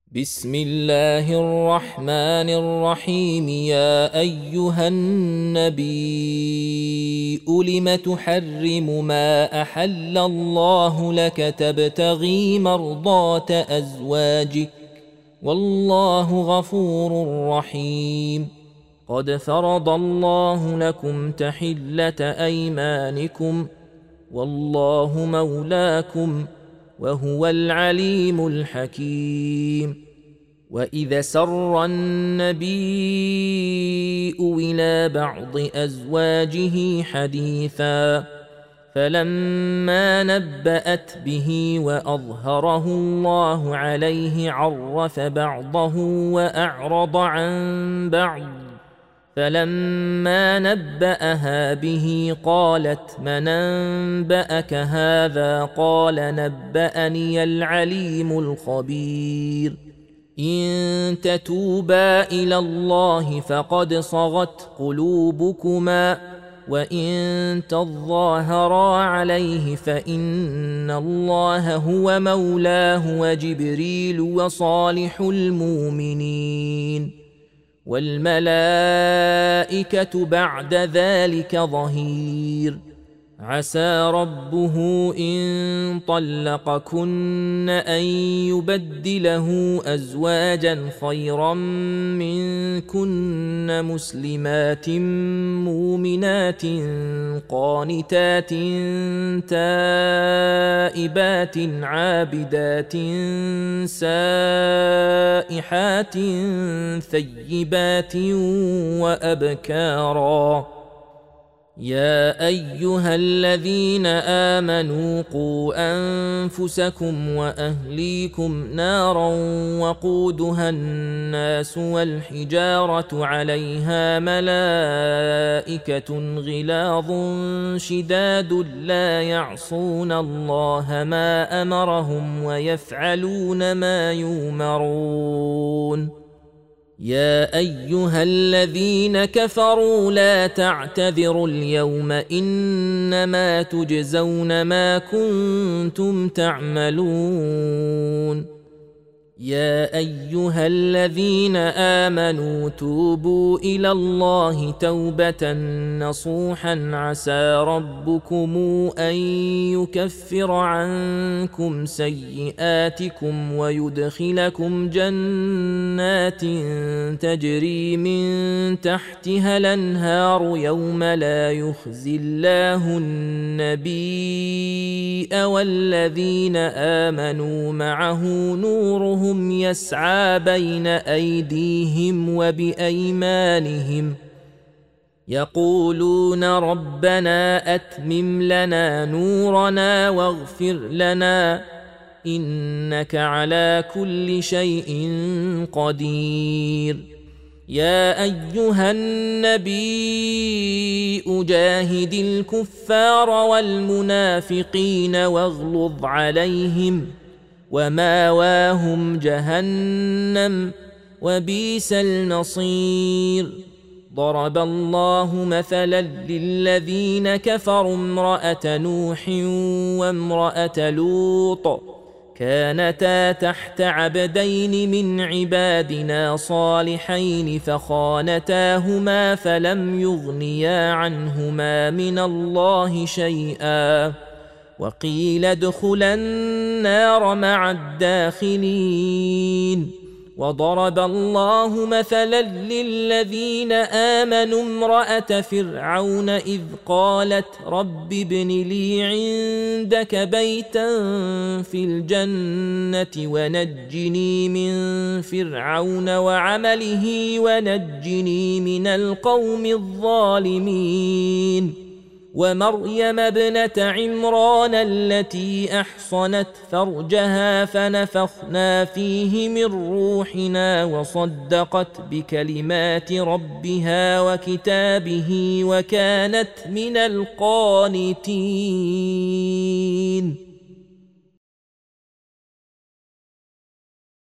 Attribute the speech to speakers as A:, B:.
A: بسم الله الرحمن الرحيم. يا أيها النبي لم تحرم ما أحل الله لك تبتغي مرضات أزواجك والله غفور رحيم. قد فرض الله لكم تحلة أيمانكم والله مولاكم وهو العليم الحكيم. وإذا سر النبي إلى بعض أزواجه حديثا فلما نبأت به وأظهره الله عليه عرف بعضه وأعرض عن بعض، فلما نبأها به قالت من أنبأك هذا؟ قال نبأني العليم الخبير. إن تتوبا إلى الله فقد صغت قلوبكما وإن تظاهرا عليه فإن الله هو مولاه وجبريل وصالح المؤمنين والملائكة بعد ذلك ظهير. عسى ربه إن طلقكن أن يبدله أزواجا خيرا منكن مسلمات مؤمنات قانتات تائبات عابدات سائحات ثيبات وأبكارا. يا أيها الذين آمنوا قوا أنفسكم وأهليكم نارا وقودها الناس والحجارة عليها ملائكة غلاظ شداد لا يعصون الله ما أمرهم ويفعلون ما يؤمرون. يا أيها الذين كفروا لا تعتذروا اليوم إنما تجزون ما كنتم تعملون. يا أيها الذين آمنوا توبوا إلى الله توبة نصوحا عسى ربكم أن يكفر عنكم سيئاتكم ويدخلكم جنات تجري من تحتها الأنهار يوم لا يخزي الله النبي والذين آمنوا معه نورهم يسعى بين أيديهم وبأيمانهم يقولون ربنا أتمم لنا نورنا واغفر لنا إنك على كل شيء قدير. يا أيها النبي جاهد الكفار والمنافقين واغلظ عليهم وماواهم جهنم وبئس المصير. ضرب الله مثلا للذين كفروا امرأة نوح وامرأة لوط كانتا تحت عبدين من عبادنا صالحين فخانتاهما فلم يغنيا عنهما من الله شيئا وقيل ادخلا النار مع الداخلين. وضرب الله مثلا للذين آمنوا امرأة فرعون إذ قالت رب ابن لي عندك بيتا في الجنة ونجني من فرعون وعمله ونجني من القوم الظالمين. ومريم ابنة عمران التي أحصنت فرجها فنفخنا فيه من روحنا وصدقت بكلمات ربها وكتابه وكانت من القانتين.